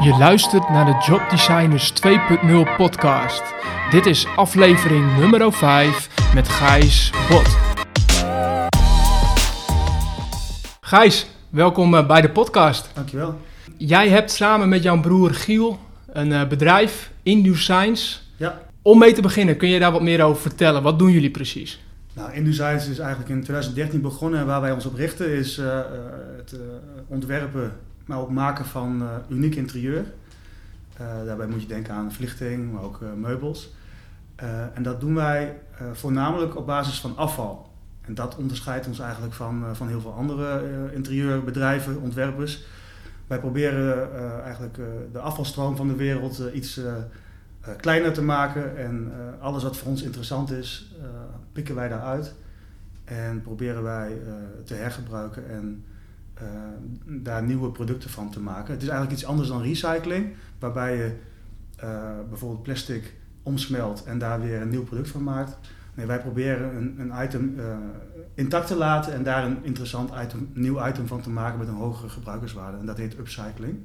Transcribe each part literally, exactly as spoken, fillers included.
Je luistert naar de Job Designers twee punt nul podcast. Dit is aflevering nummer vijf met Gijs Bot. Gijs, welkom bij de podcast. Dankjewel. Jij hebt samen met jouw broer Giel een uh, bedrijf, InDoScience. Ja. Om mee te beginnen, kun je daar wat meer over vertellen? Wat doen jullie precies? Nou, InDoScience is eigenlijk in twintig dertien begonnen en waar wij ons op richten is uh, uh, het uh, ontwerpen, maar ook maken van uh, uniek interieur. Uh, daarbij moet je denken aan verlichting, maar ook uh, meubels. Uh, en dat doen wij uh, voornamelijk op basis van afval. En dat onderscheidt ons eigenlijk van, uh, van heel veel andere uh, interieurbedrijven, ontwerpers. Wij proberen uh, eigenlijk uh, de afvalstroom van de wereld uh, iets uh, uh, kleiner te maken. En uh, alles wat voor ons interessant is, uh, pikken wij daaruit. En proberen wij uh, te hergebruiken en uh, daar nieuwe producten van te maken. Het is eigenlijk iets anders dan recycling, waarbij je uh, bijvoorbeeld plastic omsmelt en daar weer een nieuw product van maakt. Nee, wij proberen een, een item uh, intact te laten en daar een interessant item, nieuw item van te maken met een hogere gebruikerswaarde. En dat heet upcycling.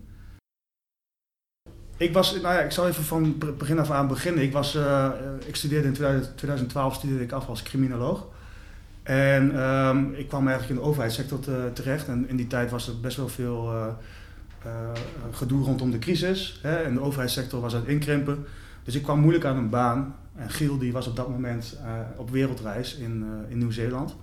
Ik was, nou ja, ik zal even van begin af aan beginnen. Ik was, uh, ik studeerde in twintig twaalf studeerde ik af als criminoloog. En um, ik kwam eigenlijk in de overheidssector te, terecht. En in die tijd was er best wel veel uh, uh, gedoe rondom de crisis. Hè? En de overheidssector was aan het inkrimpen. Dus ik kwam moeilijk aan een baan. En Giel die was op dat moment uh, op wereldreis in, uh, in Nieuw-Zeeland.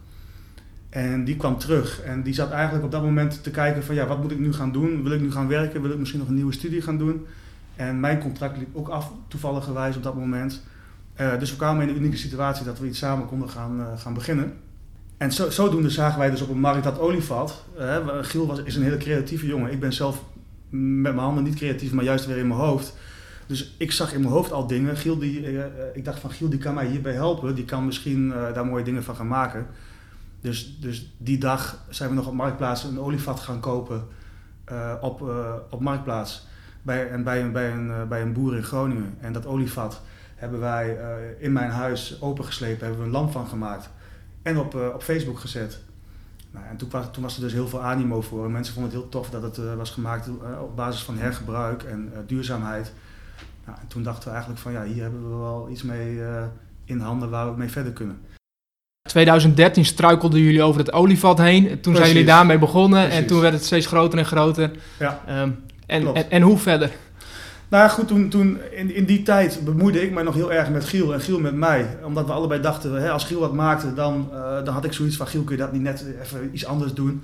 En die kwam terug en die zat eigenlijk op dat moment te kijken van ja, wat moet ik nu gaan doen? Wil ik nu gaan werken? Wil ik misschien nog een nieuwe studie gaan doen? En mijn contract liep ook af, toevalligerwijs op dat moment. Uh, dus we kwamen in een unieke situatie dat we iets samen konden gaan, uh, gaan beginnen. En zo, zodoende zagen wij dus op een markt dat olievat. Uh, Giel was, is een hele creatieve jongen. Ik ben zelf met mijn handen niet creatief, maar juist weer in mijn hoofd. Dus ik zag in mijn hoofd al dingen. Giel die, uh, ik dacht van Giel die kan mij hierbij helpen. Die kan misschien uh, daar mooie dingen van gaan maken. Dus, dus die dag zijn we nog op Marktplaats een olievat gaan kopen uh, op, uh, op Marktplaats. Bij, en bij, bij, een, uh, bij een boer in Groningen. En dat olievat hebben wij uh, in mijn huis opengeslepen, hebben we een lamp van gemaakt. En op, uh, op Facebook gezet. Nou, en toen was, toen was er dus heel veel animo voor. En mensen vonden het heel tof dat het uh, was gemaakt uh, op basis van hergebruik en uh, duurzaamheid. Nou, en toen dachten we eigenlijk van ja, hier hebben we wel iets mee uh, in handen waar we mee verder kunnen. twintig dertien struikelden jullie over het olievat heen. Toen Precies. zijn jullie daarmee begonnen. Precies. En toen werd het steeds groter en groter. Ja, um, en, en, en hoe verder? Nou ja, goed, toen, toen in, in die tijd bemoeide ik mij nog heel erg met Giel en Giel met mij. Omdat we allebei dachten, hè, als Giel wat maakte, dan, uh, dan had ik zoiets van Giel, kun je dat niet net even iets anders doen?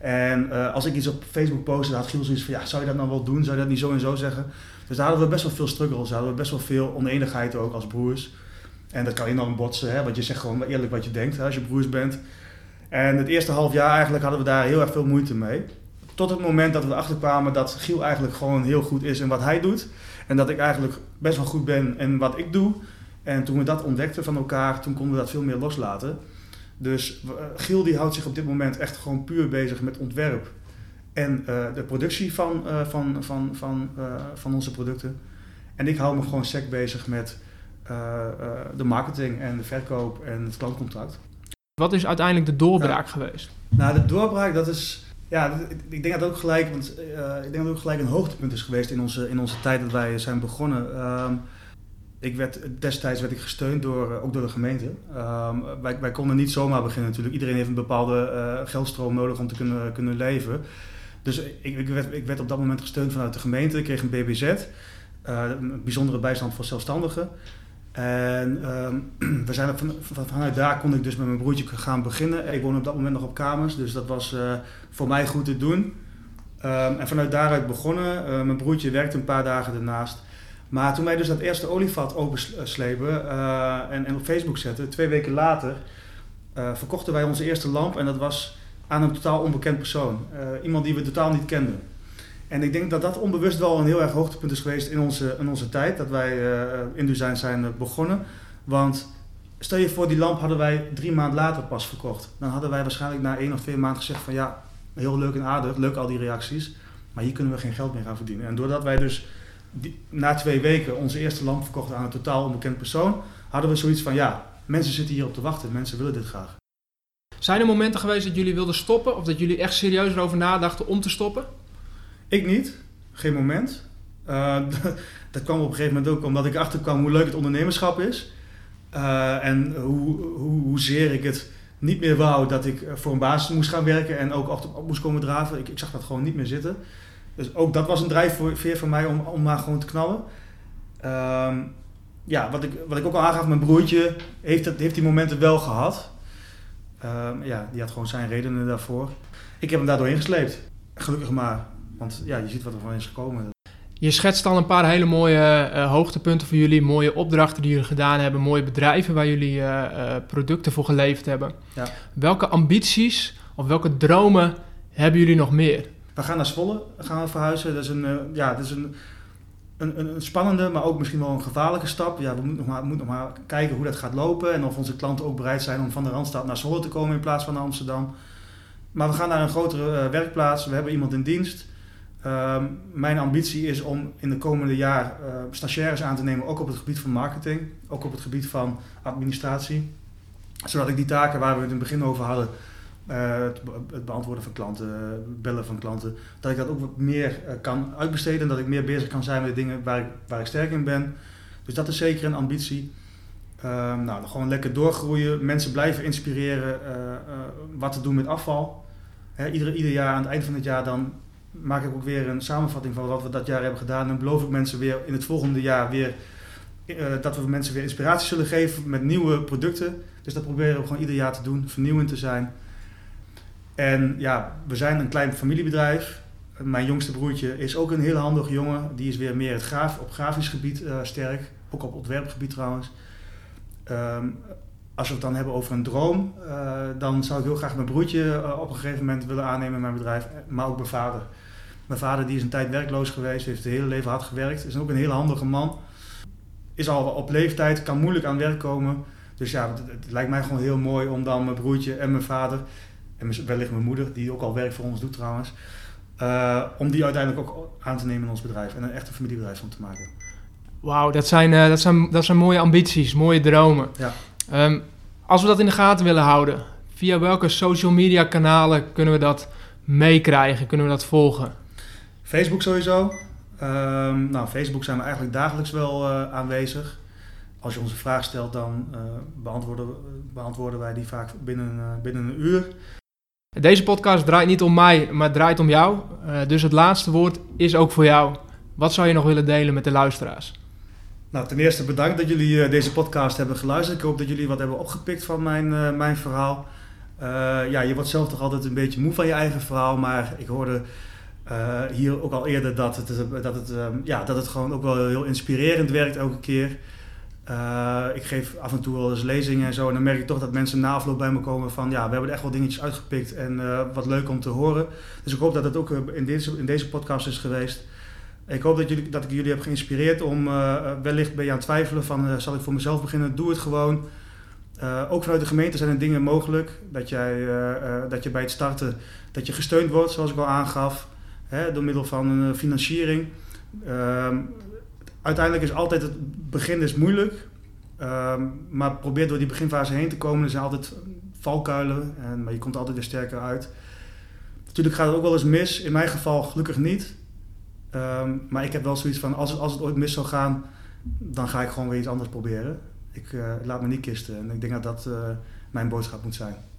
En uh, als ik iets op Facebook postte, dan had Giel zoiets van, ja, zou je dat nou wel doen? Zou je dat niet zo en zo zeggen? Dus daar hadden we best wel veel struggles, hadden we best wel veel oneenigheid ook als broers. En dat kan enorm botsen, hè, want je zegt gewoon eerlijk wat je denkt hè, als je broers bent. En het eerste half jaar eigenlijk hadden we daar heel erg veel moeite mee. Tot het moment dat we erachter kwamen dat Giel eigenlijk gewoon heel goed is in wat hij doet. En dat ik eigenlijk best wel goed ben in wat ik doe. En toen we dat ontdekten van elkaar, toen konden we dat veel meer loslaten. Dus uh, Giel die houdt zich op dit moment echt gewoon puur bezig met ontwerp. En uh, de productie van, uh, van, van, van, uh, van onze producten. En ik hou me gewoon sec bezig met uh, uh, de marketing en de verkoop en het klantcontact. Wat is uiteindelijk de doorbraak ja. geweest? Nou, de doorbraak, dat is... Ja, ik denk dat ook gelijk, want uh, ik denk dat ook gelijk een hoogtepunt is geweest in onze, in onze tijd dat wij zijn begonnen. Um, ik werd, destijds werd ik gesteund door, uh, ook door de gemeente. Um, wij, wij konden niet zomaar beginnen natuurlijk. Iedereen heeft een bepaalde uh, geldstroom nodig om te kunnen, kunnen leven. Dus ik, ik, werd, ik werd op dat moment gesteund vanuit de gemeente. Ik kreeg een B B Z, uh, een bijzondere bijstand voor zelfstandigen. En um, we zijn van, van, vanuit daar kon ik dus met mijn broertje gaan beginnen. Ik woonde op dat moment nog op kamers, dus dat was uh, voor mij goed te doen. Um, en vanuit daaruit begonnen. Uh, mijn broertje werkte een paar dagen ernaast. Maar toen wij dus dat eerste olievat openslepen uh, en, en op Facebook zetten, twee weken later uh, verkochten wij onze eerste lamp. En dat was aan een totaal onbekend persoon. Uh, iemand die we totaal niet kenden. En ik denk dat dat onbewust wel een heel erg hoogtepunt is geweest in onze, in onze tijd, dat wij uh, InDoScience zijn uh, begonnen. Want stel je voor, die lamp hadden wij drie maanden later pas verkocht. Dan hadden wij waarschijnlijk na één of twee maanden gezegd van ja, heel leuk en aardig, leuk al die reacties, maar hier kunnen we geen geld meer gaan verdienen. En doordat wij dus die, na twee weken onze eerste lamp verkochten aan een totaal onbekend persoon, hadden we zoiets van ja, mensen zitten hier op te wachten, mensen willen dit graag. Zijn er momenten geweest dat jullie wilden stoppen of dat jullie echt serieus erover nadachten om te stoppen? Ik niet, geen moment. Uh, dat kwam op een gegeven moment ook omdat ik achterkwam hoe leuk het ondernemerschap is. Uh, en hoe, hoe, hoezeer ik het niet meer wou dat ik voor een baas moest gaan werken en ook op, op moest komen draven. Ik, ik zag dat gewoon niet meer zitten. Dus ook dat was een drijfveer voor mij om, om maar gewoon te knallen. Uh, ja, wat ik, wat ik ook al aangaf, mijn broertje heeft, het, heeft die momenten wel gehad. Uh, ja, die had gewoon zijn redenen daarvoor. Ik heb hem daardoor ingesleept. Gelukkig maar, want ja, je ziet wat er van is gekomen. Je schetst al een paar hele mooie uh, hoogtepunten voor jullie, mooie opdrachten die jullie gedaan hebben, mooie bedrijven waar jullie uh, uh, producten voor geleverd hebben. Ja. Welke ambities of welke dromen hebben jullie nog meer? We gaan naar Zwolle gaan we verhuizen. Dat is een, uh, ja, dat is een, een, een spannende, maar ook misschien wel een gevaarlijke stap. Ja, we moeten nog maar, moeten nog maar kijken hoe dat gaat lopen en of onze klanten ook bereid zijn om van de Randstad naar Zwolle te komen in plaats van naar Amsterdam. Maar we gaan naar een grotere uh, werkplaats. We hebben iemand in dienst. Uh, mijn ambitie is om in de komende jaar uh, stagiaires aan te nemen, ook op het gebied van marketing, ook op het gebied van administratie. Zodat ik die taken waar we het in het begin over hadden, uh, het, be- het beantwoorden van klanten, uh, bellen van klanten, dat ik dat ook wat meer uh, kan uitbesteden, dat ik meer bezig kan zijn met de dingen waar ik, waar ik sterk in ben. Dus dat is zeker een ambitie. Uh, nou, gewoon lekker doorgroeien, mensen blijven inspireren, uh, uh, wat te doen met afval. He, ieder, ieder jaar aan het eind van het jaar dan maak ik ook weer een samenvatting van wat we dat jaar hebben gedaan. En beloof ik mensen weer in het volgende jaar weer uh, dat we mensen weer inspiratie zullen geven met nieuwe producten. Dus dat proberen we gewoon ieder jaar te doen, vernieuwend te zijn. En ja, we zijn een klein familiebedrijf. Mijn jongste broertje is ook een heel handige jongen. Die is weer meer het graaf, op grafisch gebied uh, sterk, ook op ontwerpgebied trouwens. Um, Als we het dan hebben over een droom, uh, dan zou ik heel graag mijn broertje uh, op een gegeven moment willen aannemen in mijn bedrijf, maar ook mijn vader. Mijn vader die is een tijd werkloos geweest, heeft het hele leven hard gewerkt, is ook een hele handige man. Is al op leeftijd, kan moeilijk aan werk komen. Dus ja, het, het lijkt mij gewoon heel mooi om dan mijn broertje en mijn vader, en wellicht mijn moeder, die ook al werk voor ons doet trouwens, uh, om die uiteindelijk ook aan te nemen in ons bedrijf en een echt een familiebedrijf van te maken. Wauw, dat zijn, uh, dat zijn, dat zijn mooie ambities, mooie dromen. Ja. Um, als we dat in de gaten willen houden, via welke social media kanalen kunnen we dat meekrijgen, kunnen we dat volgen? Facebook sowieso. Um, nou, Facebook zijn we eigenlijk dagelijks wel uh, aanwezig. Als je ons een vraag stelt, dan uh, beantwoorden, beantwoorden wij die vaak binnen, uh, binnen een uur. Deze podcast draait niet om mij, maar het draait om jou. Uh, dus het laatste woord is ook voor jou. Wat zou je nog willen delen met de luisteraars? Nou, ten eerste bedankt dat jullie uh, deze podcast hebben geluisterd. Ik hoop dat jullie wat hebben opgepikt van mijn, uh, mijn verhaal. Uh, ja, je wordt zelf toch altijd een beetje moe van je eigen verhaal, maar ik hoorde uh, hier ook al eerder dat het, dat, het, uh, ja, dat het gewoon ook wel heel inspirerend werkt elke keer. Uh, ik geef af en toe wel eens lezingen en zo en dan merk ik toch dat mensen na afloop bij me komen van ja, we hebben er echt wel dingetjes uitgepikt en uh, wat leuk om te horen. Dus ik hoop dat het ook uh, in, deze, in deze podcast is geweest. Ik hoop dat, jullie, dat ik jullie heb geïnspireerd om uh, wellicht ben je aan het twijfelen van uh, zal ik voor mezelf beginnen, doe het gewoon. Uh, ook vanuit de gemeente zijn er dingen mogelijk, dat, jij, uh, uh, dat je bij het starten dat je gesteund wordt, zoals ik al aangaf, hè, door middel van een financiering. Uh, uiteindelijk is altijd het begin is moeilijk, uh, maar probeer door die beginfase heen te komen. Er zijn altijd valkuilen, en, maar je komt altijd weer sterker uit. Natuurlijk gaat het ook wel eens mis, in mijn geval gelukkig niet. Um, maar ik heb wel zoiets van, als het, als het ooit mis zou gaan, dan ga ik gewoon weer iets anders proberen. Ik uh, laat me niet kisten en ik denk dat dat uh, mijn boodschap moet zijn.